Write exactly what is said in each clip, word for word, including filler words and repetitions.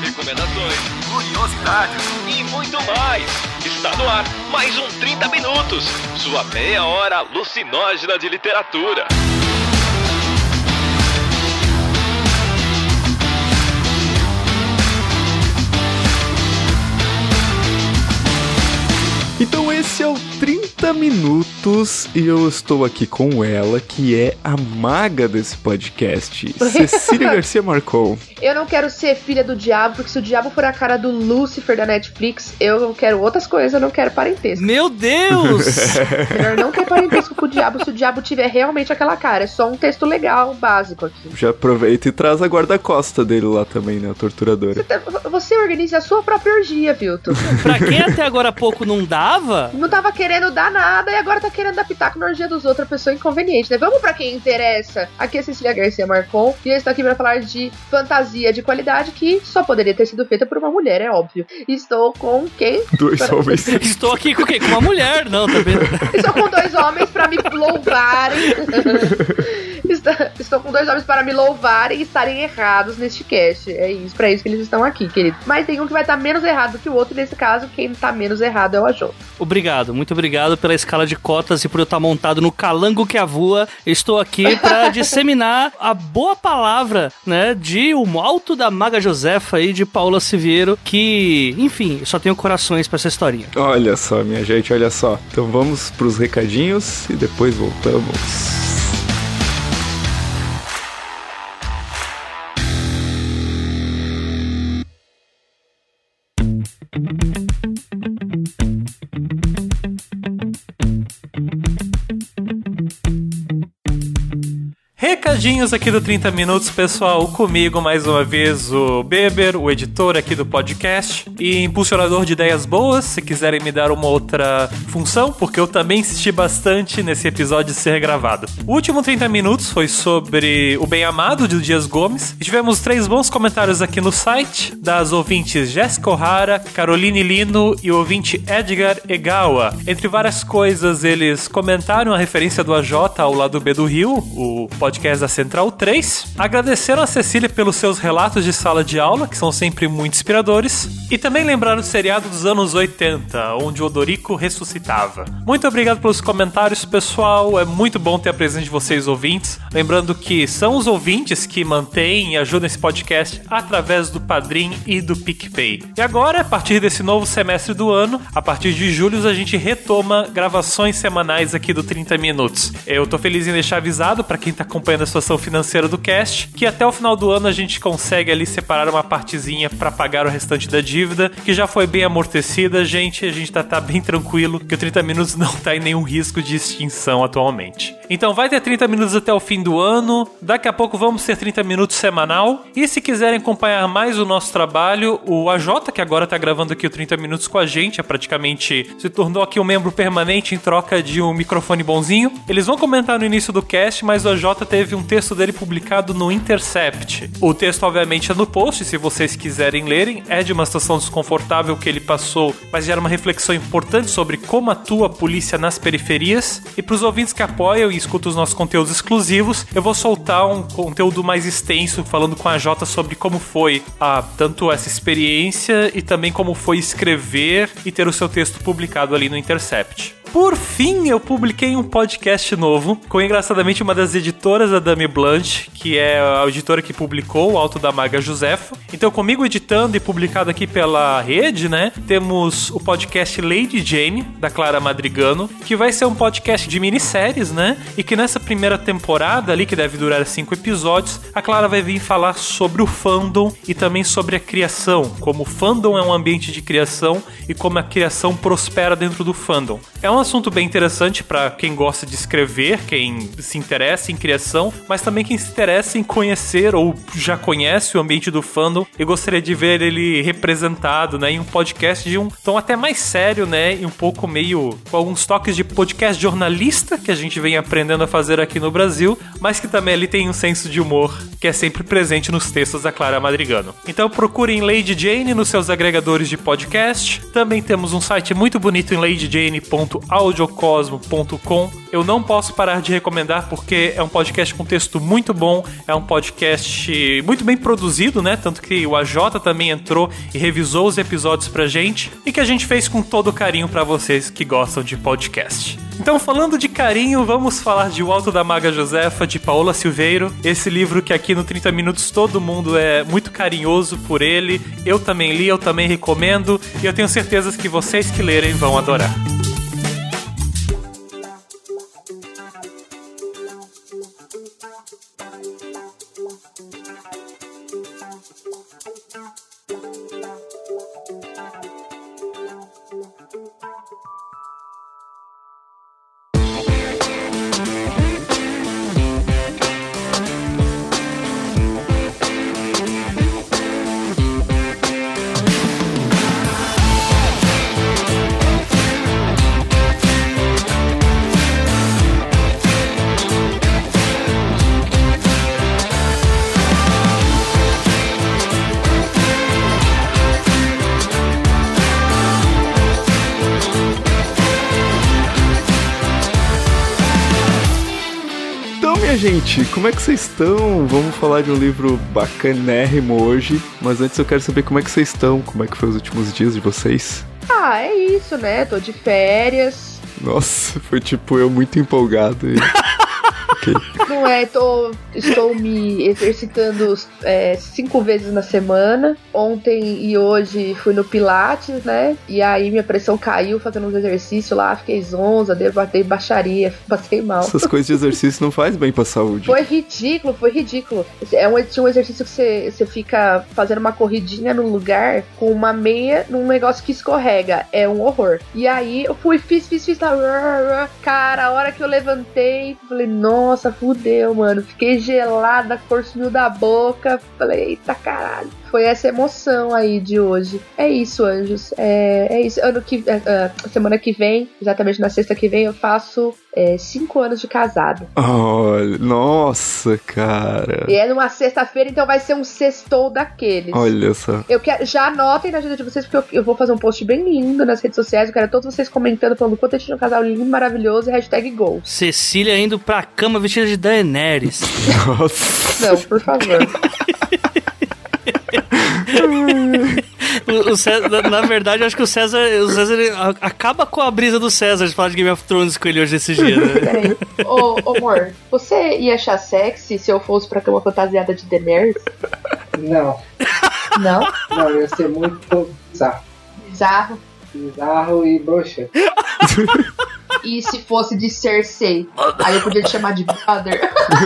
recomendações, curiosidades e muito mais. Está no ar mais um trinta minutos, sua meia hora alucinógena de literatura. Então esse é o trinta minutos e eu estou aqui com ela, que é a maga desse podcast, Cecília Garcia Marcon. Eu não quero ser filha do diabo, porque se o diabo for a cara do Lúcifer da Netflix, eu quero outras coisas, eu não quero parentesco. Meu Deus! Melhor não ter parentesco com o diabo se o diabo tiver realmente aquela cara. É só um texto legal, básico aqui. Já aproveita e traz a guarda-costa dele lá também, né, a torturadora. Você, tá, você organiza a sua própria orgia, Vilton. Pra quem até agora há pouco não dava... Não tava querendo dar nada e agora tá querendo dar pitaco na orgia dos outros, a pessoa inconveniente, né? Vamos pra quem interessa. Aqui é Cecília Garcia Marcon e eu estou aqui pra falar de fantasia de qualidade que só poderia ter sido feita por uma mulher, é óbvio. Estou com quem? Dois pra... homens. Estou aqui com quem? Com uma mulher, não, tá vendo? Estou com dois homens pra me louvarem. estou, estou com dois homens para me louvarem e estarem errados neste cast. É isso, pra isso que eles estão aqui, querido. Mas tem um que vai estar menos errado do que o outro, e nesse caso, quem tá menos errado é o Ajô. Obrigado, muito obrigado pela escala de cotas e por eu estar montado no calango que avua. Estou aqui para disseminar a boa palavra, né, de O Alto da Maga Josefa aí, de Paula Siviero, que, enfim, só tenho corações para essa historinha. Olha só, minha gente, olha só. Então vamos pros recadinhos e depois voltamos. Recadinhos aqui do trinta minutos, pessoal, comigo mais uma vez o Beber, o editor aqui do podcast e impulsionador de ideias boas, se quiserem me dar uma outra função, porque eu também insisti bastante nesse episódio de ser gravado. O último trinta minutos foi sobre o bem-amado de Dias Gomes e tivemos três bons comentários aqui no site, das ouvintes Jéssica O'Hara, Caroline Lino e o ouvinte Edgar Egawa. Entre várias coisas, eles comentaram a referência do A J ao lado B do Rio, o podcast da Central três, agradeceram a Cecília pelos seus relatos de sala de aula, que são sempre muito inspiradores, e também lembraram do seriado dos anos oitenta, onde o Odorico ressuscitava. Muito obrigado pelos comentários, pessoal, é muito bom ter a presença de vocês, ouvintes, lembrando que são os ouvintes que mantêm e ajudam esse podcast através do Padrim e do PicPay. E agora, a partir desse novo semestre do ano, a partir de julho, a gente retoma gravações semanais aqui do trinta minutos. Eu tô feliz em deixar avisado para quem tá acompanhando a situação financeira do cast, que até o final do ano a gente consegue ali separar uma partezinha para pagar o restante da dívida, que já foi bem amortecida, gente, a gente tá, tá bem tranquilo, que o trinta minutos não tá em nenhum risco de extinção atualmente. Então vai ter trinta minutos até o fim do ano, daqui a pouco vamos ter trinta minutos semanal, e se quiserem acompanhar mais o nosso trabalho, o A J, que agora tá gravando aqui o trinta minutos com a gente, é praticamente se tornou aqui um membro permanente em troca de um microfone bonzinho, eles vão comentar no início do cast, mas o A J teve um texto dele publicado no Intercept. O texto, obviamente, é no post, se vocês quiserem lerem. É de uma situação desconfortável que ele passou, mas gera uma reflexão importante sobre como atua a polícia nas periferias. E para os ouvintes que apoiam e escutam os nossos conteúdos exclusivos, eu vou soltar um conteúdo mais extenso, falando com a Jota sobre como foi a, tanto essa experiência e também como foi escrever e ter o seu texto publicado ali no Intercept. Por fim, eu publiquei um podcast novo com, engraçadamente, uma das editoras, a Dami Blunt, que é a editora que publicou O Alto da Maga Josefa. Então, comigo editando e publicado aqui pela rede, né, temos o podcast Lady Jane, da Clara Madrigano, que vai ser um podcast de minisséries, né, e que nessa primeira temporada ali, que deve durar cinco episódios, a Clara vai vir falar sobre o fandom e também sobre a criação, como o fandom é um ambiente de criação e como a criação prospera dentro do fandom. É um assunto bem interessante para quem gosta de escrever, quem se interessa em criação, mas também quem se interessa em conhecer ou já conhece o ambiente do fandom e gostaria de ver ele representado, né, em um podcast de um tom até mais sério, né, e um pouco meio com alguns toques de podcast jornalista que a gente vem aprendendo a fazer aqui no Brasil, mas que também ele tem um senso de humor que é sempre presente nos textos da Clara Madrigano. Então procurem Lady Jane nos seus agregadores de podcast. Também temos um site muito bonito em lady jane ponto audiocosmo ponto com. Eu não posso parar de recomendar porque é um podcast com texto muito bom, é um podcast muito bem produzido, né? Tanto que o A J também entrou e revisou os episódios pra gente e que a gente fez com todo carinho pra vocês que gostam de podcast. Então, falando de carinho, vamos falar de O Alto da Maga Josefa, de Paola Silveiro. Esse livro que aqui no trinta Minutos todo mundo é muito carinhoso por ele. Eu também li, eu também recomendo. E eu tenho certeza que vocês que lerem vão adorar. Gente, como é que vocês estão? Vamos falar de um livro bacanérrimo hoje, mas antes eu quero saber como é que vocês estão, como é que foi os últimos dias de vocês? Ah, é isso, né? Tô de férias. Nossa, foi tipo eu muito empolgado. E... okay. Não é, tô, estou me exercitando é, cinco vezes na semana. Ontem e hoje fui no Pilates, né? E aí minha pressão caiu fazendo uns exercícios lá, fiquei zonza, dei baixaria, passei mal. Essas coisas de exercício não faz bem pra saúde. Foi ridículo, foi ridículo. É um, tinha um exercício que você, você fica fazendo uma corridinha num lugar com uma meia num negócio que escorrega. É um horror. E aí eu fui, fiz, fiz, fiz, tá, cara, a hora que eu levantei, falei, nossa, fudeu, mano. Fiquei gelada, cor sumiu da boca. Falei, eita caralho. Foi essa emoção aí de hoje. É isso, anjos. É, é isso. Ano que, é, uh, semana que vem, exatamente na sexta que vem, eu faço é, cinco anos de casado. Olha, nossa, cara. E é numa sexta-feira, então vai ser um sextou daqueles. Olha só. Eu quero, já anotem na agenda de vocês, porque eu, eu vou fazer um post bem lindo nas redes sociais. Eu quero todos vocês comentando, falando quanto a gente tinha um casal lindo, maravilhoso e hashtag gol. Cecília indo pra cama vestida de Daenerys. Nossa. Não, por favor. o, o César, na, na verdade, eu acho que o César, o César ele acaba com a brisa do César de falar de Game of Thrones com ele hoje esse dia, né? Peraí. Ô, ô, amor, você ia achar sexy se eu fosse pra cama fantasiada de Daenerys? Não. Não? Não, ia ser muito bizarro. Bizarro. Bizarro e broxa. E se fosse de Cersei? Aí eu podia te chamar de brother.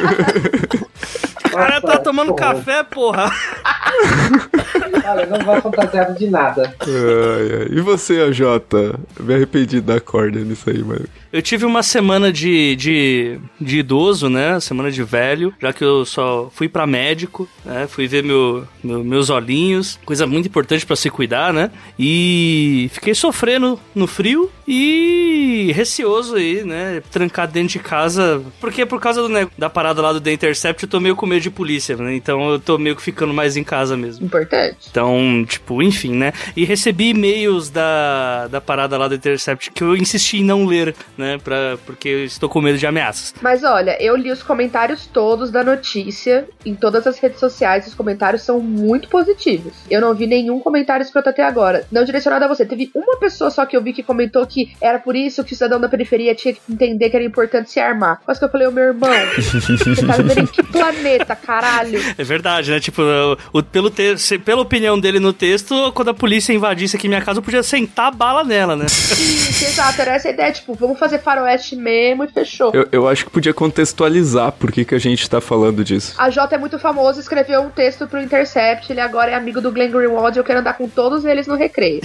O cara tá tomando porra. café, porra. Olha, não vai fantasiado de nada. Ai, ai. E você, A J? Me arrependi da corda nisso aí, mano. Eu tive uma semana de, de, de idoso, né? Semana de velho, já que eu só fui pra médico, né? Fui ver meu, meu, meus olhinhos, coisa muito importante pra se cuidar, né? E fiquei sofrendo no frio e receoso aí, né? Trancado dentro de casa, porque por causa do, né, da parada lá do The Intercept, eu tô meio com medo de polícia, né? Então eu tô meio que ficando mais em casa mesmo. Importante. Então, tipo, enfim, né? E recebi e-mails da, da parada lá do Intercept que eu insisti em não ler, né, pra, porque eu estou com medo de ameaças. Mas olha, eu li os comentários todos da notícia em todas as redes sociais, os comentários são muito positivos. Eu não vi nenhum comentário escroto até agora, não direcionado a você. Teve uma pessoa só que eu vi que comentou que era por isso que o cidadão da periferia tinha que entender que era importante se armar. Mas que eu falei, ô meu irmão, você tá vivendo em que planeta, caralho? É verdade, né? Tipo, o, pelo te, pela opinião dele no texto, quando a polícia invadisse aqui minha casa, eu podia sentar a bala nela, né? Isso, exato, era essa a ideia, tipo, vamos fazer faroeste mesmo e fechou. Eu, eu acho que podia contextualizar por que, que a gente tá falando disso. A Jota é muito famoso, escreveu um texto pro Intercept, ele agora é amigo do Glenn Greenwald e eu quero andar com todos eles no recreio.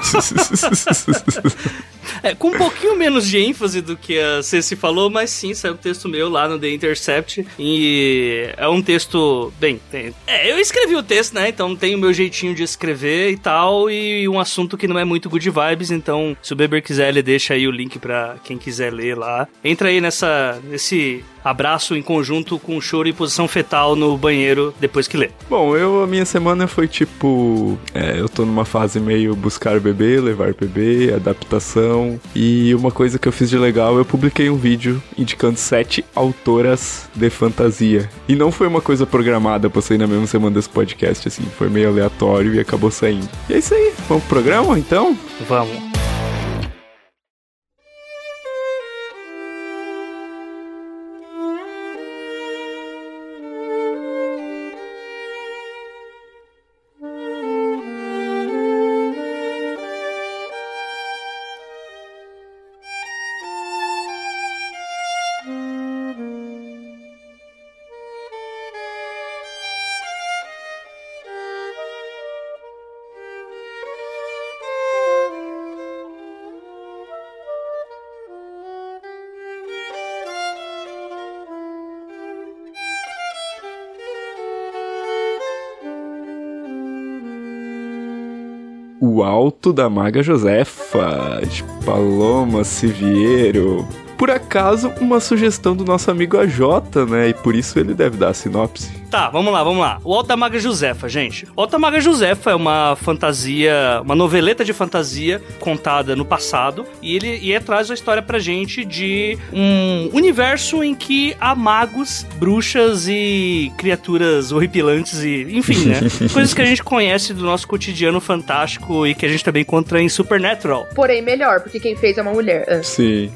É, com um pouquinho menos de ênfase do que a Ceci falou, mas sim, saiu um texto meu lá no The Intercept e é um texto, bem, tem, é, eu escrevi o texto, né, então tem o meu jeitinho de escrever e tal, e um assunto que não é muito good vibes, então se o Beber quiser, ele deixa aí o link pra quem quiser ler lá. Entra aí nessa, nesse abraço em conjunto com choro e posição fetal no banheiro depois que lê. Bom, eu, a minha semana foi tipo, é, eu tô numa fase meio buscar bebê, levar bebê, adaptação, e uma coisa que eu fiz de legal, eu publiquei um vídeo indicando sete autoras de fantasia, e não foi uma coisa programada pra sair na mesma semana desse podcast, assim, foi meio aleatório e acabou saindo. E é isso aí, vamos pro programa, então? Vamos. O Alto da Maga Josefa, de Paloma Siviero. Por acaso, uma sugestão do nosso amigo A J, né? E por isso ele deve dar a sinopse. Tá, vamos lá, vamos lá. O Alto da Maga Josefa, gente. O Alto da Maga Josefa é uma fantasia, uma noveleta de fantasia contada no passado, e ele e ele traz a história pra gente de um universo em que há magos, bruxas e criaturas horripilantes e, enfim, né? Coisas que a gente conhece do nosso cotidiano fantástico e que a gente também encontra em Supernatural. Porém, melhor, porque quem fez é uma mulher. Ah. Sim.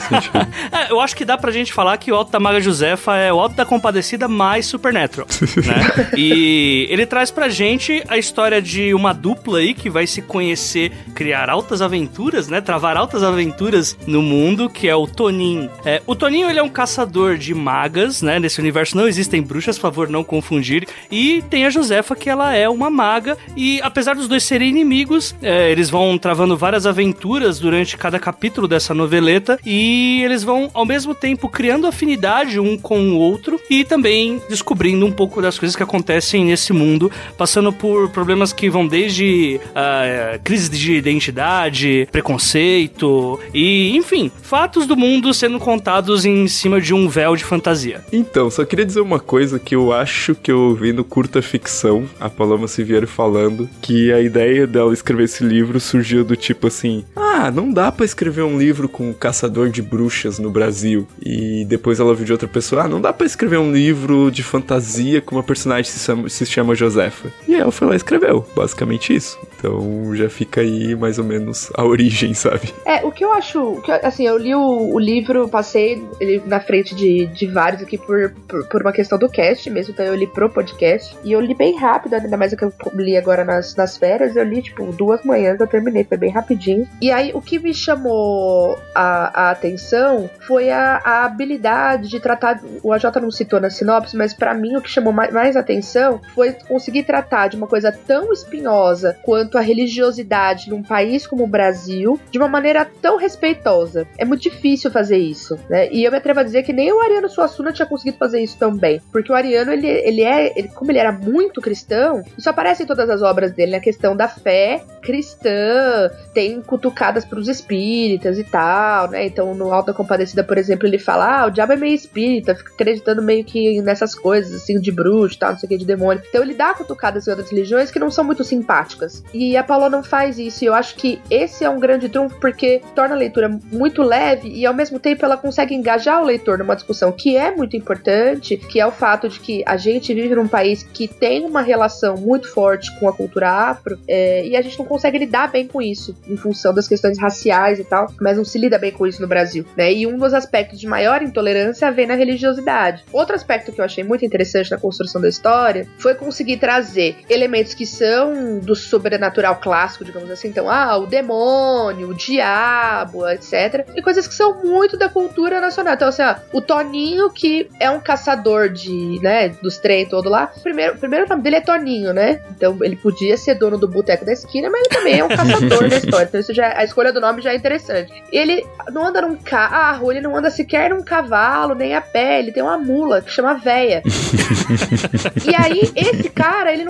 É, eu acho que dá pra gente falar que o Alto da Maga Josefa é o Alto da Compadecida mais Supernatural. Né? E ele traz pra gente a história de uma dupla aí que vai se conhecer, criar altas aventuras, né? Travar altas aventuras no mundo, que é o Toninho. É, o Toninho, ele é um caçador de magas, né? Nesse universo não existem bruxas, por favor, não confundir. E tem a Josefa, que ela é uma maga, e apesar dos dois serem inimigos, é, eles vão travando várias aventuras durante cada capítulo dessa noveleta, e eles vão, ao mesmo tempo, criando afinidade um com o outro, e também descobrindo um pouco das coisas que acontecem nesse mundo, passando por problemas que vão desde uh, crise de identidade, preconceito e, enfim, fatos do mundo sendo contados em cima de um véu de fantasia. Então, só queria dizer uma coisa que eu acho que eu ouvi no Curta Ficção, a Paloma Siviero falando, que a ideia dela escrever esse livro surgiu do tipo assim, ah, não dá pra escrever um livro com um caçador de bruxas no Brasil. E depois ela viu de outra pessoa, ah, não dá pra escrever um livro de fantasia com uma personagem que se chama, se chama Josefa. E ela foi lá e escreveu, basicamente isso. Então já fica aí mais ou menos a origem, sabe? É, o que eu acho, que, assim, eu li o, o livro, passei ele na frente de, de vários aqui por, por, por uma questão do cast mesmo, então eu li pro podcast, e eu li bem rápido, ainda mais o que eu li agora nas, nas férias, eu li, tipo, duas manhãs, eu terminei, foi bem rapidinho. E aí, o que me chamou a, a atenção foi a, a habilidade de tratar, o A J não citou na sinopse, mas pra mim o que chamou mais, mais atenção foi conseguir tratar de uma coisa tão espinhosa quanto a religiosidade num país como o Brasil de uma maneira tão respeitosa. É muito difícil fazer isso, né? E eu me atrevo a dizer que nem o Ariano Suassuna tinha conseguido fazer isso tão bem, porque o Ariano, ele, ele é, ele, como ele era muito cristão, isso aparece em todas as obras dele, na questão da fé cristã, tem cutucadas pros espíritas e tal, né? Então no Alto da Compadecida, por exemplo, ele fala, ah, o diabo é meio espírita, fica acreditando meio que nessas coisas, assim, de bruxo e tal, não sei o que, de demônio. Então ele dá cutucadas em outras religiões que não são muito simpáticas. E a Paula não faz isso, e eu acho que esse é um grande trunfo, porque torna a leitura muito leve e ao mesmo tempo ela consegue engajar o leitor numa discussão que é muito importante, que é o fato de que a gente vive num país que tem uma relação muito forte com a cultura afro, é, e a gente não consegue lidar bem com isso, em função das questões raciais e tal, mas não se lida bem com isso no Brasil, né? E um dos aspectos de maior intolerância vem na religiosidade. Outro aspecto que eu achei muito interessante na construção da história foi conseguir trazer elementos que são do sobrenatural clássico, digamos assim, então, ah, o demônio, o diabo, etcétera, e coisas que são muito da cultura nacional. Então, assim, ó, o Toninho, que é um caçador de, né, dos trem todo lá, primeiro, primeiro o nome dele é Toninho, né? Então, ele podia ser dono do boteco da esquina, mas ele também é um caçador da história. Então, isso já, a escolha do nome já é interessante. Ele não anda num carro, ele não anda sequer num cavalo, nem a pé, ele tem uma mula que chama Véia. E aí, esse cara, ele não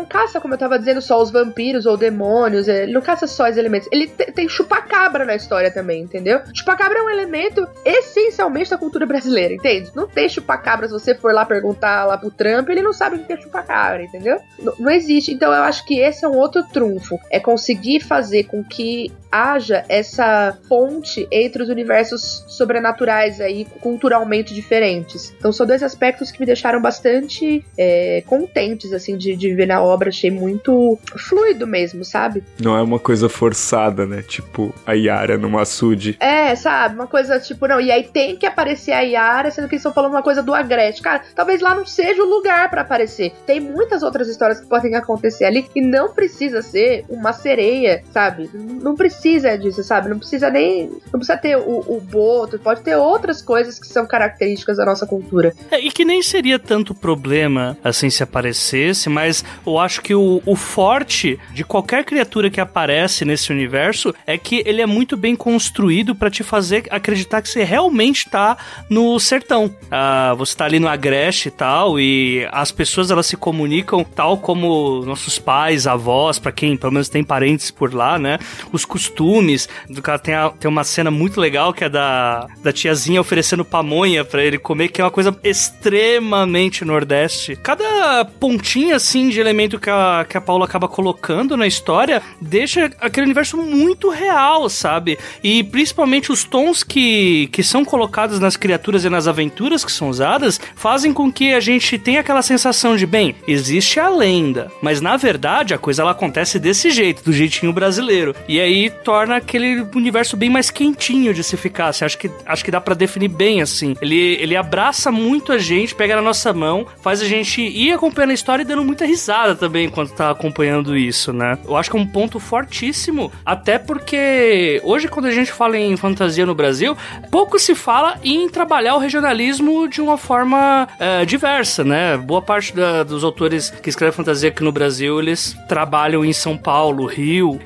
não caça, como eu tava dizendo, só os vampiros ou demônios, ele não caça só os elementos, ele te, tem chupacabra na história também, entendeu? Chupacabra é um elemento essencialmente da cultura brasileira, entende? Não tem chupacabra, se você for lá perguntar lá pro Trump, ele não sabe o que é chupacabra, entendeu? Não, não existe, então eu acho que esse é um outro trunfo, é conseguir fazer com que haja essa ponte entre os universos sobrenaturais aí, culturalmente diferentes. Então são dois aspectos que me deixaram bastante é, contentes, assim, de, de ver na obra. Achei muito fluido mesmo, sabe? Não é uma coisa forçada, né? Tipo, a Yara numa açude. É, sabe? Uma coisa tipo, não, e aí tem que aparecer a Yara, sendo que eles estão falando uma coisa do Agreste. Cara, talvez lá não seja o lugar pra aparecer. Tem muitas outras histórias que podem acontecer ali e não precisa ser uma sereia, sabe? Não precisa disso, sabe? Não precisa nem... Não precisa ter o, o boto, pode ter outras coisas que são características da nossa cultura. É, e que nem seria tanto problema, assim, se aparecesse, mas eu acho que o, o forte de qualquer criatura que aparece nesse universo é que ele é muito bem construído pra te fazer acreditar que você realmente tá no sertão. Ah, você tá ali no Agreste e tal, e as pessoas, elas se comunicam tal como nossos pais, avós, pra quem pelo menos tem parentes por lá, né? Os costumes, do cara tem, a, tem uma cena muito legal que é da, da tiazinha oferecendo pamonha pra ele comer, que é uma coisa extremamente nordeste. Cada pontinha, assim, de elemento que a, que a Paula acaba colocando na história deixa aquele universo muito real, sabe? E principalmente os tons que, que são colocados nas criaturas e nas aventuras que são usadas fazem com que a gente tenha aquela sensação de, bem, existe a lenda, mas na verdade a coisa ela acontece desse jeito, do jeitinho brasileiro. E aí torna aquele universo bem mais quentinho de se ficar. Assim, acho que, acho que dá pra definir bem, assim. Ele, ele abraça muito a gente, pega na nossa mão, faz a gente ir acompanhando a história e dando muita risada também enquanto tá acompanhando isso, né? Eu acho que é um ponto fortíssimo, até porque hoje, quando a gente fala em fantasia no Brasil, pouco se fala em trabalhar o regionalismo de uma forma é, diversa, né? Boa parte da, dos autores que escrevem fantasia aqui no Brasil, eles trabalham em São Paulo, Rio,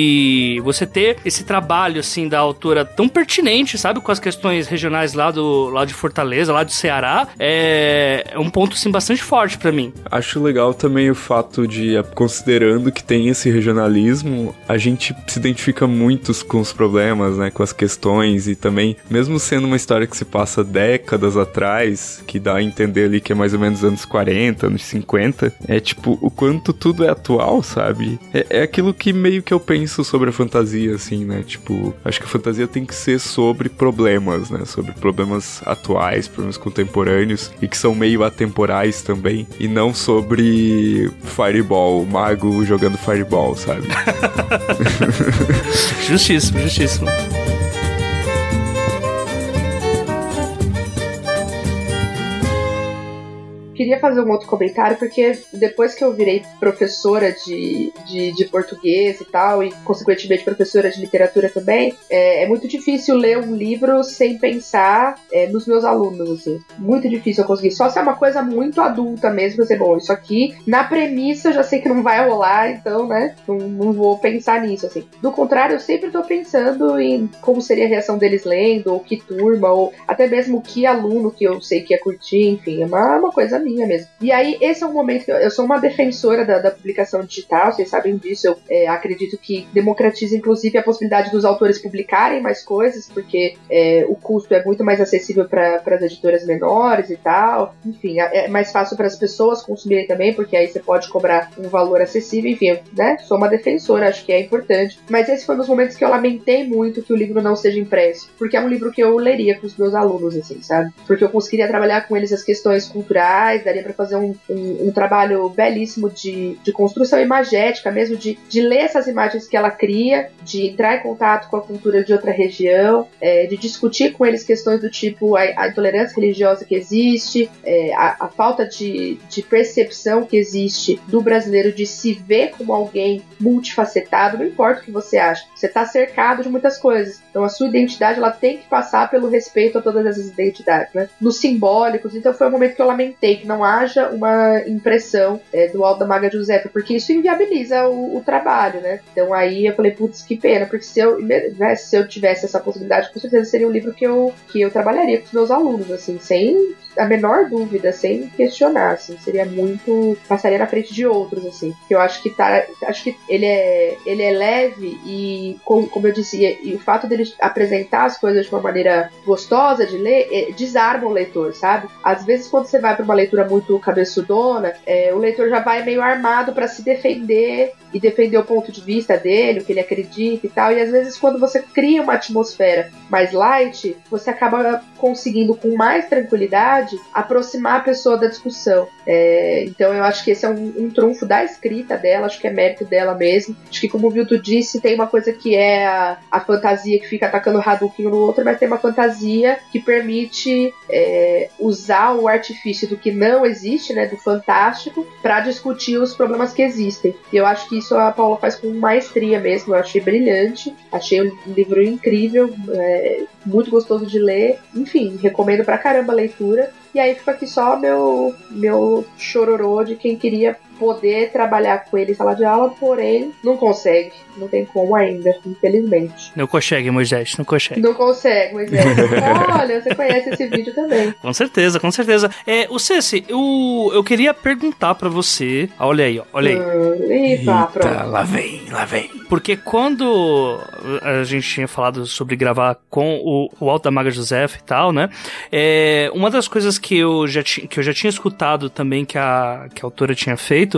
e você ter esse trabalho, assim, da autora tão pertinente, sabe, com as questões regionais lá, do, lá de Fortaleza, lá do Ceará, é, é um ponto, assim, bastante forte pra mim. Acho legal também o fato de, considerando que tem esse regionalismo, a gente se identifica muito com os problemas, né, com as questões, e também, mesmo sendo uma história que se passa décadas atrás, que dá a entender ali que é mais ou menos anos quarenta, anos cinquenta, é tipo, o quanto tudo é atual, sabe? É, é aquilo que meio que eu penso sobre a fantasia, assim, né? Tipo, acho que a fantasia tem que ser sobre problemas, né? Sobre problemas atuais, problemas contemporâneos, e que são meio atemporais também, e não sobre Fireball, o mago jogando Fireball, sabe? Justíssimo, justíssimo. Queria fazer um outro comentário, porque depois que eu virei professora de, de, de português e tal, e consequentemente professora de literatura também, é, é muito difícil ler um livro sem pensar é, nos meus alunos, assim. Muito difícil eu conseguir. Só se é uma coisa muito adulta mesmo, assim, bom, isso aqui, na premissa eu já sei que não vai rolar, então, né, não, não vou pensar nisso, assim. Do contrário, eu sempre tô pensando em como seria a reação deles lendo, ou que turma, ou até mesmo que aluno que eu sei que ia curtir, enfim, é uma, uma coisa minha mesmo. E aí, esse é um momento que eu, eu sou uma defensora da, da publicação digital, vocês sabem disso, eu é, acredito que democratiza inclusive a possibilidade dos autores publicarem mais coisas, porque é, o custo é muito mais acessível para as editoras menores e tal, enfim, é mais fácil para as pessoas consumirem também, porque aí você pode cobrar um valor acessível, enfim, né, sou uma defensora, acho que é importante, mas esse foi um dos momentos que eu lamentei muito que o livro não seja impresso, porque é um livro que eu leria com os meus alunos, assim, sabe, porque eu conseguiria trabalhar com eles as questões culturais, daria para fazer um, um, um trabalho belíssimo de, de construção imagética mesmo, de, de ler essas imagens que ela cria, de entrar em contato com a cultura de outra região, é, de discutir com eles questões do tipo a, a intolerância religiosa que existe, é, a, a falta de, de percepção que existe do brasileiro de se ver como alguém multifacetado, não importa o que você acha, você está cercado de muitas coisas, então a sua identidade ela tem que passar pelo respeito a todas essas identidades, né? Nos simbólicos, então foi um momento que eu lamentei que não haja uma impressão é, do Alto da Maga Josefa, porque isso inviabiliza o, o trabalho, né? Então aí eu falei, putz, que pena, porque se eu, né, se eu tivesse essa possibilidade, com certeza seria um livro que eu, que eu trabalharia com os meus alunos, assim, sem, a menor dúvida, sem questionar, assim, seria muito, passaria na frente de outros, assim, que eu acho que tá, acho que ele é, ele é leve e, como, como eu disse, e, e o fato dele apresentar as coisas de uma maneira gostosa de ler, é, desarma o leitor, sabe? Às vezes quando você vai pra uma leitura muito cabeçudona, é, o leitor já vai meio armado pra se defender e defender o ponto de vista dele, o que ele acredita e tal, e às vezes quando você cria uma atmosfera mais light, você acaba conseguindo com mais tranquilidade aproximar a pessoa da discussão. É, então eu acho que esse é um, um trunfo da escrita dela, acho que é mérito dela mesmo. Acho que, como o Vilto disse, tem uma coisa que é a, a fantasia que fica atacando o Hadouken no outro, mas tem uma fantasia que permite é, usar o artifício do que não existe, né, do fantástico, para discutir os problemas que existem. E eu acho que isso a Paula faz com maestria mesmo, eu achei brilhante, achei um livro incrível, é, muito gostoso de ler, enfim, recomendo pra caramba a leitura. E aí fica aqui só meu, meu chororô de quem queria poder trabalhar com ele em sala de aula, porém não consegue, não tem como ainda, infelizmente. Não consegue, Moisés, não consegue. Não consegue, Moisés. Olha, você conhece esse vídeo também. Com certeza, com certeza. É, o Ceci, eu, eu queria perguntar pra você, olha aí, ó, olha aí. Hum, eita, Eita, lá vem, lá vem. Porque quando a gente tinha falado sobre gravar com o, o Alto da Maga Josefa e tal, né, é, uma das coisas que eu já, ti, que eu já tinha escutado também que a, que a autora tinha feito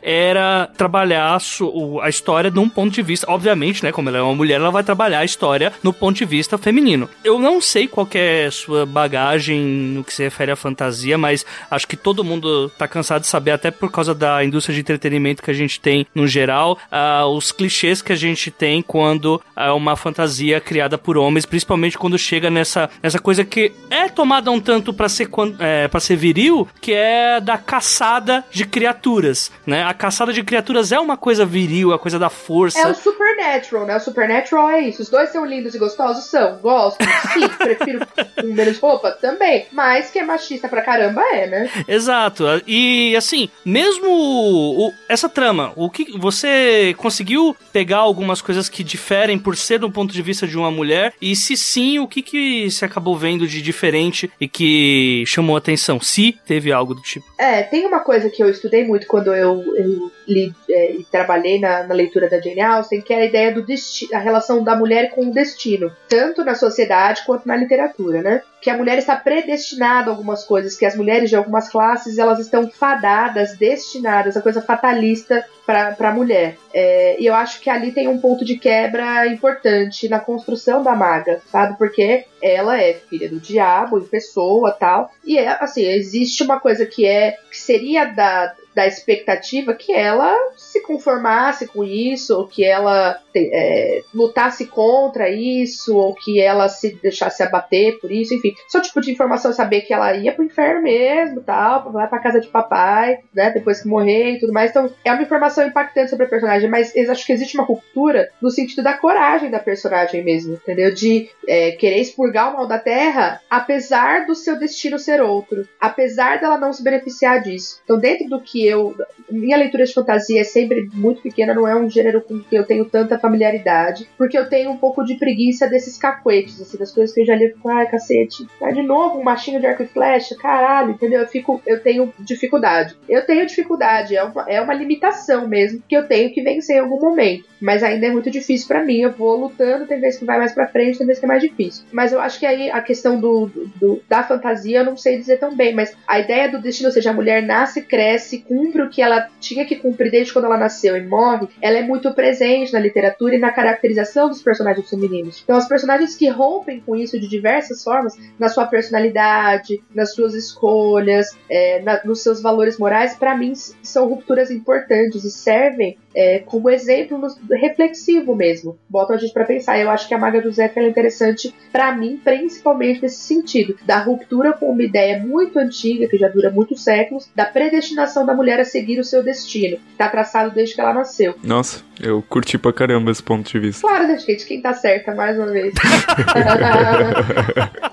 era trabalhar a história de um ponto de vista, obviamente, né, como ela é uma mulher, ela vai trabalhar a história no ponto de vista feminino. Eu não sei qual que é a sua bagagem no que se refere à fantasia, mas acho que todo mundo tá cansado de saber, até por causa da indústria de entretenimento que a gente tem no geral, uh, os clichês que a gente tem quando é uh, uma fantasia criada por homens, principalmente quando chega nessa, nessa coisa que é tomada um tanto pra ser, é, pra ser viril, que é da caçada de criaturas. Né? A caçada de criaturas é uma coisa viril, a coisa da força. É o Supernatural, né? O Supernatural é isso. Os dois são lindos e gostosos? São. Gosto. Sim. Prefiro com menos roupa? Também. Mas que é machista pra caramba é, né? Exato. E assim, mesmo o, essa trama, o que você conseguiu pegar algumas coisas que diferem por ser do ponto de vista de uma mulher? E se sim, o que, que você acabou vendo de diferente e que chamou a atenção? Se teve algo do tipo. É, tem uma coisa que eu estudei muito quando eu, eu li é, e trabalhei na, na leitura da Jane Austen, que é a ideia do destino, a relação da mulher com o destino, tanto na sociedade quanto na literatura, né? Que a mulher está predestinada a algumas coisas, que as mulheres de algumas classes, elas estão fadadas, destinadas, a coisa fatalista para a mulher. É, e eu acho que ali tem um ponto de quebra importante na construção da maga, sabe? Porque ela é filha do diabo em pessoa, tal, e é assim, existe uma coisa que é que seria da da expectativa que ela se conformasse com isso, ou que ela é, lutasse contra isso, ou que ela se deixasse abater por isso, enfim. Só tipo de informação, saber que ela ia pro inferno mesmo, tal, vai pra casa de papai, né, depois que morrer e tudo mais. Então, é uma informação impactante sobre a personagem, mas eu acho que existe uma ruptura no sentido da coragem da personagem mesmo, entendeu? De é, querer expurgar o mal da terra, apesar do seu destino ser outro, apesar dela não se beneficiar disso. Então, dentro do que eu... Minha leitura de fantasia é sempre muito pequena, não é um gênero com que eu tenho tanta familiaridade, porque eu tenho um pouco de preguiça desses cacuetes, assim, das coisas que eu já li, eu fico, ai, cacete, tá de novo um machinho de arco e flecha, caralho, entendeu? Eu, fico, eu tenho dificuldade. Eu tenho dificuldade, é uma, é uma limitação mesmo, que eu tenho que vencer em algum momento, mas ainda é muito difícil pra mim, eu vou lutando, tem vezes que vai mais pra frente, tem vezes que é mais difícil. Mas eu acho que aí a questão do, do, da fantasia eu não sei dizer tão bem, mas a ideia do destino, ou seja, a mulher nasce, cresce, cumpre o que ela tinha que cumprir desde quando ela nasceu e morre, ela é muito presente na literatura e na caracterização dos personagens femininos. Então, os personagens que rompem com isso de diversas formas, na sua personalidade, nas suas escolhas, é, na, nos seus valores morais, para mim são rupturas importantes e servem é, como exemplo no, reflexivo mesmo. Botam a gente pra pensar. Eu acho que a Maga Josefa é interessante pra mim, principalmente nesse sentido, da ruptura com uma ideia muito antiga, que já dura muitos séculos, da predestinação da mulher a seguir o seu destino, que tá traçado desde que ela nasceu. Nossa, eu curti pra caramba esse ponto de vista. Claro, né, gente? Quem tá certa, mais uma vez.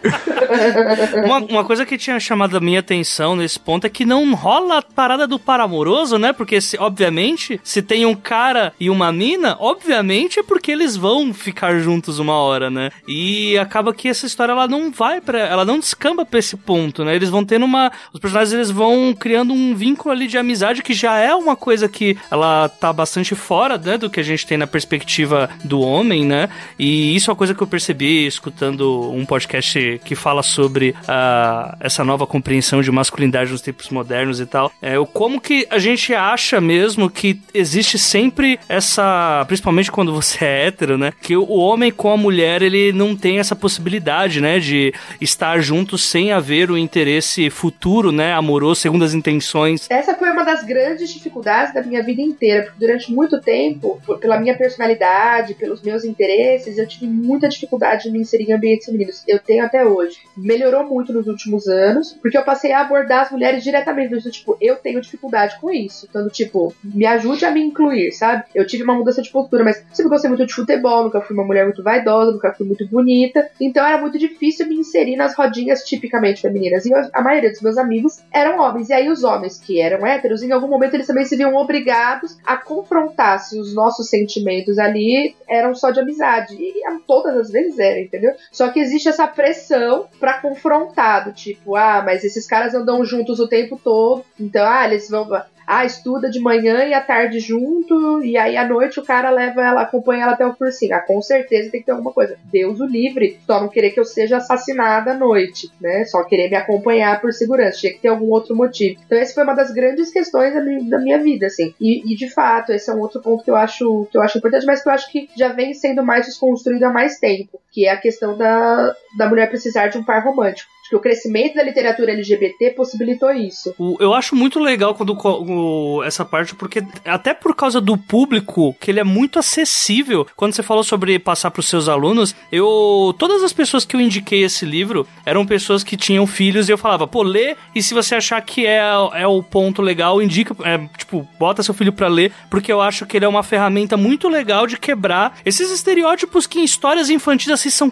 uma, uma coisa que tinha chamado a minha atenção nesse ponto é que não rola a parada do par amoroso, né? Porque, se, obviamente, se tem um cara e uma mina, obviamente é porque eles vão ficar juntos uma hora, né? E acaba que essa história, ela não vai pra... ela não descamba pra esse ponto, né? Eles vão tendo uma... os personagens, eles vão criando um vínculo ali de amizade que já é uma coisa que ela tá bastante fora, né? Do que a gente tem na perspectiva do homem, né? E isso é uma coisa que eu percebi escutando um podcast que fala sobre uh, essa nova compreensão de masculinidade nos tempos modernos e tal. É, o como que a gente acha mesmo que existe sempre essa... principalmente quando você é hétero, né? Que o homem com a mulher, ele não tem essa possibilidade, né? De estar juntos sem haver o interesse futuro, né? Amoroso, segundo as intenções. Essa foi uma das grandes dificuldades da minha vida inteira, porque durante muito tempo, por, pela minha personalidade, pelos meus interesses, eu tive muita dificuldade de me inserir em ambientes femininos. Eu tenho até hoje. Melhorou muito nos últimos anos, porque eu passei a abordar as mulheres diretamente. Então, tipo, eu tenho dificuldade com isso. Então, tipo, me ajude a me incluir, sabe? Eu tive uma mudança de postura, mas sempre gostei muito de futebol, nunca fui uma mulher muito vaidosa, nunca fui muito bonita. Então, era muito difícil me inserir nas rodinhas tipicamente femininas. E eu, a maioria dos meus amigos eram homens. E aí, os homens que eram héteros, em algum momento, eles também se viam obrigados a confrontar se os nossos sentimentos ali eram só de amizade. E todas as vezes era, entendeu? Só que existe essa pressão pra confrontar, do tipo, ah, mas esses caras andam juntos o tempo todo, então, ah, eles vão... ah, estuda de manhã e à tarde junto, e aí à noite o cara leva ela, acompanha ela até o cursinho. Ah, com certeza tem que ter alguma coisa. Deus o livre, só não querer que eu seja assassinada à noite, né? Só querer me acompanhar por segurança. Tinha que ter algum outro motivo. Então essa foi uma das grandes questões da minha, da minha vida, assim. E, e de fato, esse é um outro ponto que eu acho que eu acho importante, mas que eu acho que já vem sendo mais desconstruído há mais tempo, que é a questão da, da mulher precisar de um par romântico. Acho que o crescimento da literatura L G B T possibilitou isso. Eu acho muito legal quando o, essa parte, porque até por causa do público, que ele é muito acessível. Quando você falou sobre passar para os seus alunos, eu todas as pessoas que eu indiquei esse livro eram pessoas que tinham filhos, e eu falava, pô, lê, e se você achar que é, é o ponto legal, indica, é, tipo, bota seu filho para ler, porque eu acho que ele é uma ferramenta muito legal de quebrar esses estereótipos que em histórias infantis assim são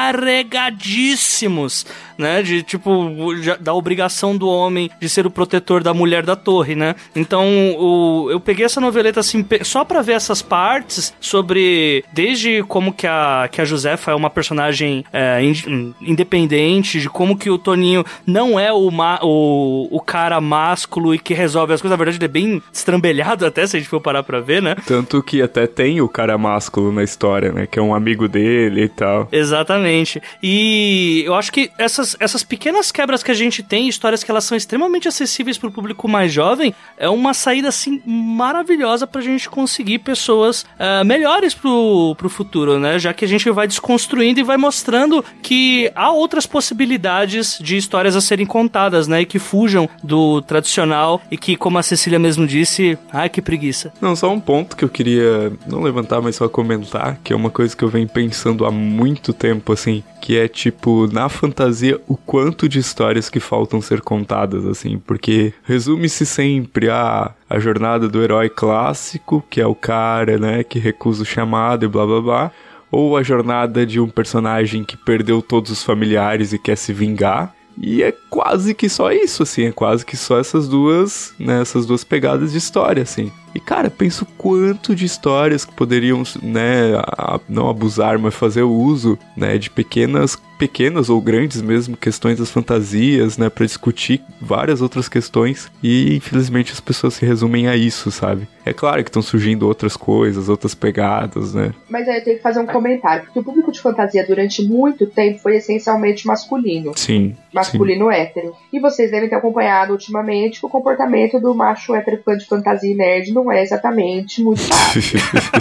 carregadíssimos, né, de tipo, da obrigação do homem de ser o protetor da mulher da torre, né? Então, o, eu peguei essa noveleta assim, só pra ver essas partes sobre, desde como que a, que a Josefa é uma personagem é, in, independente, de como que o Toninho não é o, ma, o, o cara másculo e que resolve as coisas. Na verdade, ele é bem estrambelhado até, se a gente for parar pra ver, né? Tanto que até tem o cara másculo na história, né? Que é um amigo dele e tal. Exatamente. E eu acho que essas essas pequenas quebras que a gente tem, histórias que elas são extremamente acessíveis pro público mais jovem, é uma saída, assim, maravilhosa pra gente conseguir pessoas uh, melhores pro, pro futuro, né? Já que a gente vai desconstruindo e vai mostrando que há outras possibilidades de histórias a serem contadas, né? E que fujam do tradicional e que, como a Cecília mesmo disse, ai, que preguiça. Não, só um ponto que eu queria não levantar, mas só comentar, que é uma coisa que eu venho pensando há muito tempo, assim, que é, tipo, na fantasia, o quanto de histórias que faltam ser contadas, assim, porque resume-se sempre a, a jornada do herói clássico, que é o cara, né, que recusa o chamado e blá blá blá, ou a jornada de um personagem que perdeu todos os familiares e quer se vingar. E é quase que só isso, assim, é quase que só essas duas, né, essas duas pegadas de história, assim. E, cara, penso quanto de histórias que poderiam, né, a, não abusar, mas fazer o uso, né, de pequenas, pequenas ou grandes mesmo, questões das fantasias, né, pra discutir várias outras questões. E, infelizmente, as pessoas se resumem a isso, sabe? É claro que estão surgindo outras coisas, outras pegadas, né? Mas aí eu tenho que fazer um comentário, porque o público de fantasia durante muito tempo foi essencialmente masculino. Sim. Masculino sim. hétero. E vocês devem ter acompanhado ultimamente que o comportamento do macho hétero fã de fantasia e nerd não é exatamente muito fácil.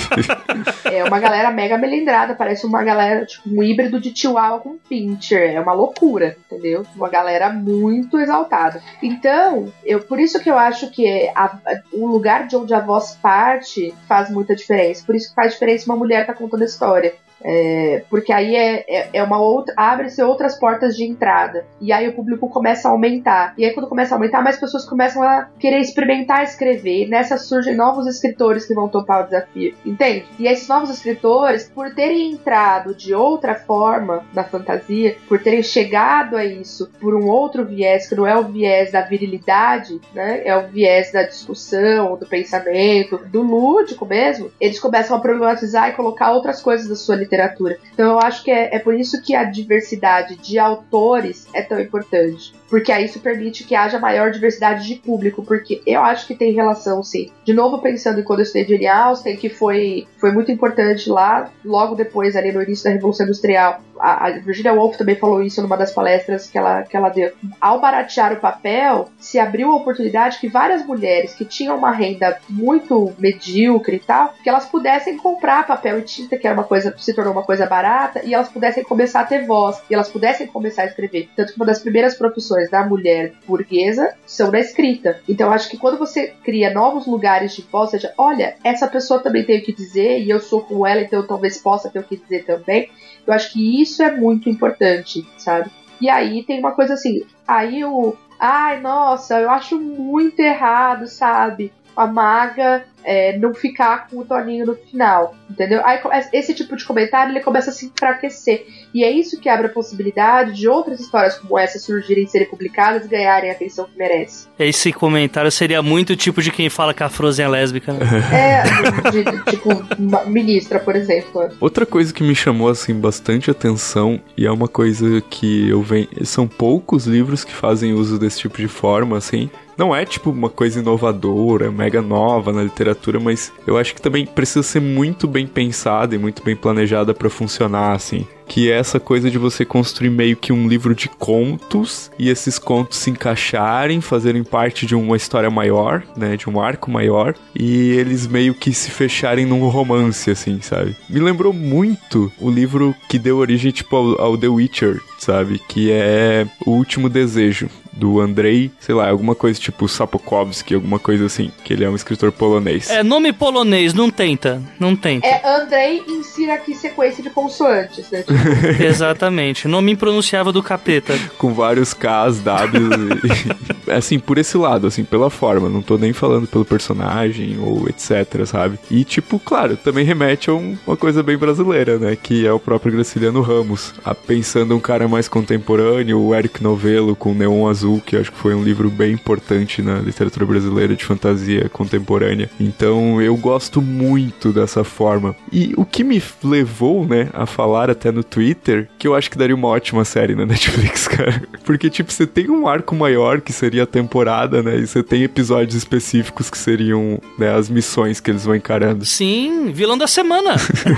É uma galera mega melindrada, parece uma galera, tipo, um híbrido de Chihuahua com Pinscher. É uma loucura, entendeu? Uma galera muito exaltada. Então, eu, por isso que eu acho que a, a, o lugar de onde a voz parte faz muita diferença. Por isso que faz diferença uma mulher tá contando a história. É, porque aí é, é, é uma outra, abre-se outras portas de entrada, e aí o público começa a aumentar, e aí quando começa a aumentar, mais pessoas começam a querer experimentar escrever, e nessa surgem novos escritores que vão topar o desafio, entende? E esses novos escritores, por terem entrado de outra forma na fantasia, por terem chegado a isso por um outro viés, que não é o viés da virilidade, né? É o viés da discussão, do pensamento, do lúdico mesmo, eles começam a problematizar e colocar outras coisas da sua literatura. Então eu acho que é, é por isso que a diversidade de autores é tão importante. Porque aí isso permite que haja maior diversidade de público, porque eu acho que tem relação, sim. De novo, pensando em quando eu estudei Jane Austen, que foi, foi muito importante lá, logo depois, ali no início da Revolução Industrial. A, a Virginia Woolf também falou isso numa das palestras que ela, que ela deu. Ao baratear o papel, se abriu a oportunidade que várias mulheres que tinham uma renda muito medíocre e tal, que elas pudessem comprar papel e tinta, que era uma coisa, se tornou uma coisa barata, e elas pudessem começar a ter voz, e elas pudessem começar a escrever. Tanto que uma das primeiras profissões da mulher burguesa são da escrita. Então acho que quando você cria novos lugares de voz, ou seja, olha, essa pessoa também tem o que dizer e eu sou como ela, então eu talvez possa ter o que dizer também, eu acho que isso é muito importante, sabe? E aí tem uma coisa assim, aí o ai, nossa, eu acho muito errado, sabe? A maga é, não ficar com o Toninho no final, entendeu? Aí esse tipo de comentário ele começa a se enfraquecer, e é isso que abre a possibilidade de outras histórias como essa surgirem, serem publicadas e ganharem a atenção que merece. Esse comentário seria muito tipo de quem fala que a Frozen é lésbica, né? É, de, de, tipo, ministra, por exemplo. Outra coisa que me chamou, assim, bastante atenção, e é uma coisa que eu venho... São poucos livros que fazem uso desse tipo de forma, assim. Não é, tipo, uma coisa inovadora, mega nova na literatura, mas eu acho que também precisa ser muito bem pensada e muito bem planejada pra funcionar, assim. Que é essa coisa de você construir meio que um livro de contos, e esses contos se encaixarem, fazerem parte de uma história maior, né, de um arco maior, e eles meio que se fecharem num romance, assim, sabe? Me lembrou muito o livro que deu origem, tipo, ao, ao The Witcher, sabe? Que é O Último Desejo, do Andrei, sei lá, alguma coisa tipo Sapkowski, alguma coisa assim, que ele é um escritor polonês. É, nome polonês, não tenta, não tenta. É Andrei, insira aqui sequência de consoantes, né? Exatamente, nome impronunciável do capeta. Com vários Ks, Ws, e, assim, por esse lado, assim, pela forma, não tô nem falando pelo personagem ou etc, sabe? E, tipo, claro, também remete a um, uma coisa bem brasileira, né, que é o próprio Graciliano Ramos. A, pensando um cara mais contemporâneo, o Eric Novello com Neon Azul, que eu acho que foi um livro bem importante na literatura brasileira de fantasia contemporânea. Então eu gosto muito dessa forma. E o que me levou, né, a falar até no Twitter, que eu acho que daria uma ótima série na Netflix, cara. Porque, tipo, você tem um arco maior, que seria a temporada, né, e você tem episódios específicos que seriam, né, as missões que eles vão encarando. Sim, vilão da semana.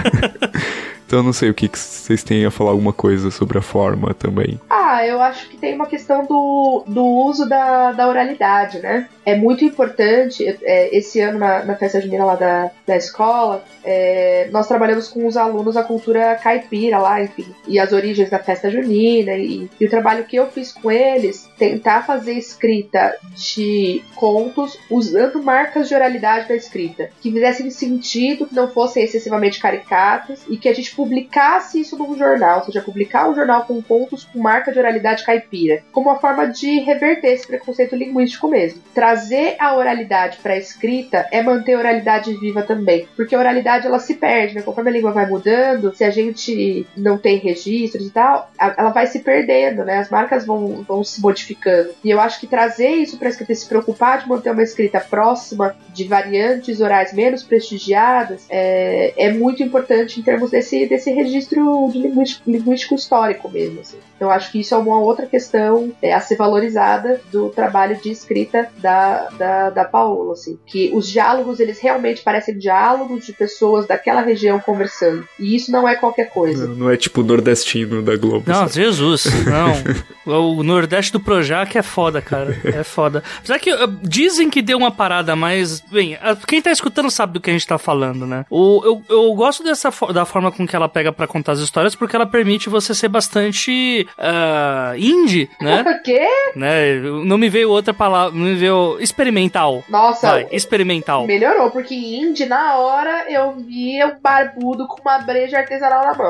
Então eu não sei o que, que vocês têm a falar alguma coisa sobre a forma também. Ah, eu acho que tem uma questão do, do uso da, da oralidade, né? É muito importante, é, esse ano na, na festa junina lá da, da escola, é, nós trabalhamos com os alunos a cultura caipira lá, enfim, e as origens da festa junina, e, e o trabalho que eu fiz com eles, tentar fazer escrita de contos usando marcas de oralidade da escrita, que fizessem sentido, que não fossem excessivamente caricatos, e que a gente publicasse isso num jornal, ou seja, publicar um jornal com contos com marca de oralidade caipira, como uma forma de reverter esse preconceito linguístico mesmo. Trazer a oralidade para a escrita é manter a oralidade viva também, porque a oralidade ela se perde, né? Conforme a língua vai mudando, se a gente não tem registros e tal, ela vai se perdendo, né? As marcas vão, vão se modificando. E eu acho que trazer isso para a escrita, se preocupar de manter uma escrita próxima de variantes orais menos prestigiadas, é, é muito importante em termos desse, desse registro de linguístico, linguístico histórico mesmo, assim. Então acho que isso é uma outra questão é, a ser valorizada do trabalho de escrita da, da, da Paola, assim. Que os diálogos, eles realmente parecem diálogos de pessoas daquela região conversando. E isso não é qualquer coisa. Não, não é tipo nordestino da Globo. Não, sabe? Jesus, não. O Nordeste do Projac é foda, cara. É foda. Apesar que uh, dizem que deu uma parada mais... Bem, uh, quem tá escutando sabe do que a gente tá falando, né? O, eu, eu gosto dessa da forma com que ela pega pra contar as histórias, porque ela permite você ser bastante uh, indie, né? O quê? Né? Não me veio outra palavra, não me veio no experimental. Nossa, Vai, experimental. Melhorou, porque indie, na hora, eu via um barbudo com uma breja artesanal na mão.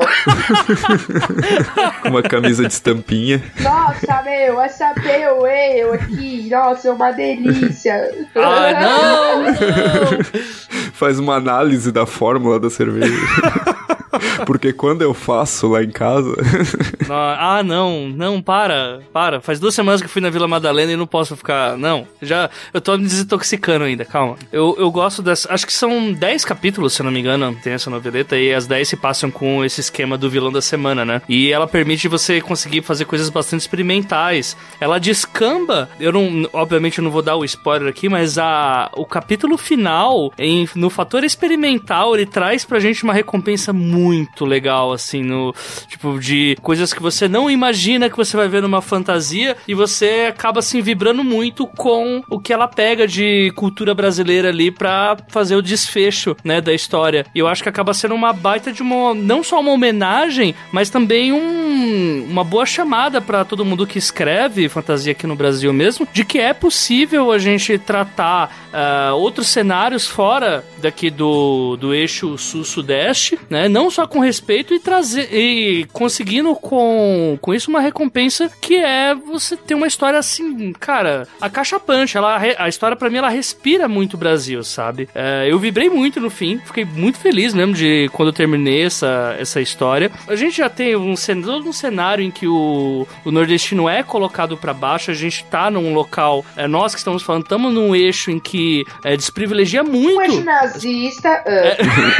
Com uma camisa de estampinha. Nossa, meu, essa Pale Ale aqui, nossa, é uma delícia. Ah, não, não. Faz uma análise da fórmula da cerveja. Porque quando eu faço lá em casa... Ah, não, não, para, para. Faz duas semanas que eu fui na Vila Madalena e não posso ficar... Não, já, eu tô me desintoxicando ainda, calma. Eu, eu gosto dessa... Acho que são dez capítulos, se eu não me engano, tem essa noveleta, e as dez se passam com esse esquema do vilão da semana, né? E ela permite você conseguir fazer coisas bastante experimentais. Ela descamba... Eu não... Obviamente eu não vou dar o spoiler aqui, mas a, o capítulo final, em, no fator experimental, ele traz pra gente uma recompensa muito muito legal, assim, no tipo, de coisas que você não imagina que você vai ver numa fantasia e você acaba, assim, vibrando muito com o que ela pega de cultura brasileira ali pra fazer o desfecho, né, da história. E eu acho que acaba sendo uma baita de uma, não só uma homenagem, mas também um, uma boa chamada pra todo mundo que escreve fantasia aqui no Brasil mesmo, de que é possível a gente tratar uh, outros cenários fora daqui do, do eixo sul-sudeste, né, não só com respeito e trazer e conseguindo com, com isso uma recompensa que é você ter uma história assim, cara, a caixa punch, ela, a história pra mim ela respira muito Brasil, sabe? É, eu vibrei muito no fim, fiquei muito feliz mesmo de quando eu terminei essa, essa história. A gente já tem um, todo um cenário em que o, o nordestino é colocado pra baixo, a gente tá num local, é, nós que estamos falando, estamos num eixo em que é, desprivilegia muito. Um eixo nazista. É.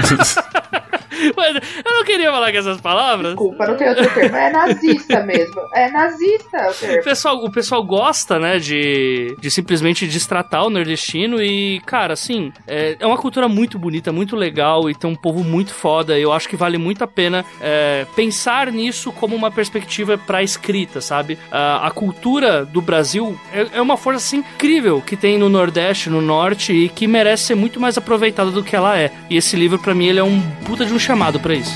Mas eu não queria falar com essas palavras. Desculpa, não tem outro termo. É nazista mesmo. É nazista o termo. O pessoal, o pessoal gosta, né, de, de simplesmente destratar o nordestino e, cara, assim, é, é uma cultura muito bonita, muito legal e tem um povo muito foda. Eu acho que vale muito a pena é, pensar nisso como uma perspectiva pra escrita, sabe? A, a cultura do Brasil é, é uma força, assim, incrível que tem no Nordeste, no Norte e que merece ser muito mais aproveitada do que ela é. E esse livro, pra mim, ele é um puta de um chamado pra isso.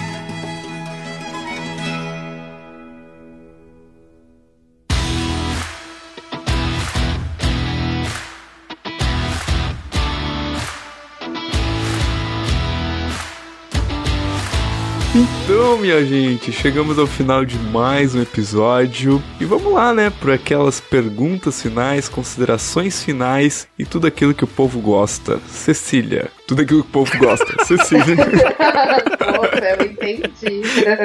Então, minha gente, chegamos ao final de mais um episódio e vamos lá, né, por aquelas perguntas finais, considerações finais e tudo aquilo que o povo gosta. Cecília, tudo aquilo que o povo gosta. Cecília. Nossa, eu entendi.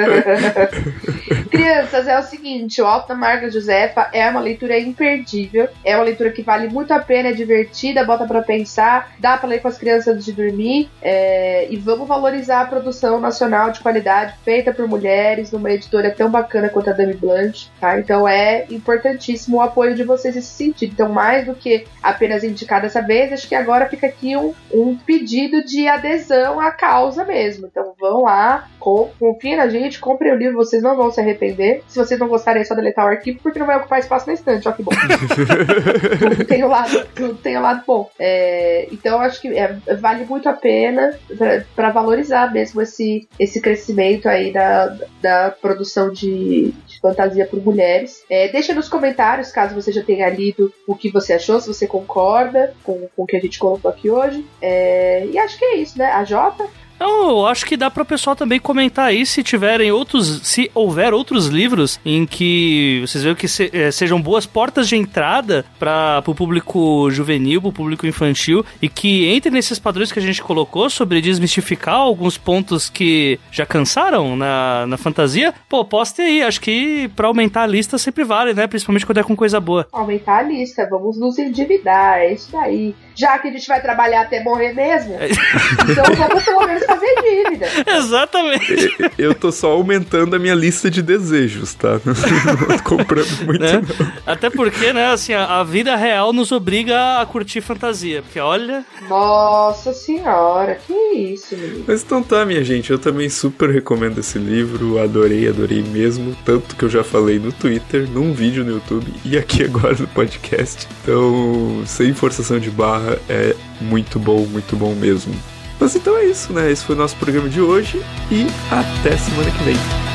Crianças, é o seguinte, o Alto da Marga Josefa é uma leitura imperdível, é uma leitura que vale muito a pena, é divertida, bota pra pensar, dá pra ler com as crianças antes de dormir, é, e vamos valorizar a produção nacional de qualidade feita por mulheres numa editora tão bacana quanto a Dame Blanche, tá? Então é importantíssimo o apoio de vocês nesse sentido. Então, mais do que apenas indicar dessa vez, acho que agora fica aqui um, um pedido de adesão à causa mesmo. Então vão lá, confiem na gente, comprem o livro, vocês não vão se arrepender. Se vocês não gostarem, é só deletar o arquivo, porque não vai ocupar espaço na estante, ó que bom. tudo, tem o lado, tudo tem o lado bom. É, então acho que é, vale muito a pena para valorizar mesmo esse, esse crescimento aí da, da produção de, de fantasia por mulheres. É, deixa nos comentários, caso você já tenha lido, o que você achou, se você concorda com, com o que a gente colocou aqui hoje. É, e acho que é isso, né? A Jota? Então, eu acho que dá para o pessoal também comentar aí se tiverem outros, se houver outros livros em que vocês veem que se, é, sejam boas portas de entrada para o público juvenil, para o público infantil e que entrem nesses padrões que a gente colocou sobre desmistificar alguns pontos que já cansaram na, na fantasia. Pô, postem aí, acho que para aumentar a lista sempre vale, né? Principalmente quando é com coisa boa. Aumentar a lista, vamos nos endividar, é isso daí. Já que a gente vai trabalhar até morrer mesmo, é. Então vamos pelo menos fazer dívida. Exatamente. Eu tô só aumentando a minha lista de desejos, tá? Não tô comprando muito, né? Não. Até porque, né, assim, a, a vida real nos obriga a curtir fantasia. Porque, olha... Nossa senhora, que isso, menino. Mas então tá, minha gente, eu também super recomendo esse livro. Adorei, adorei mesmo. Tanto que eu já falei no Twitter, num vídeo no YouTube e aqui agora no podcast. Então, sem forçação de barra, é muito bom, muito bom mesmo. Mas então é isso, né? Esse foi o nosso programa de hoje e até semana que vem.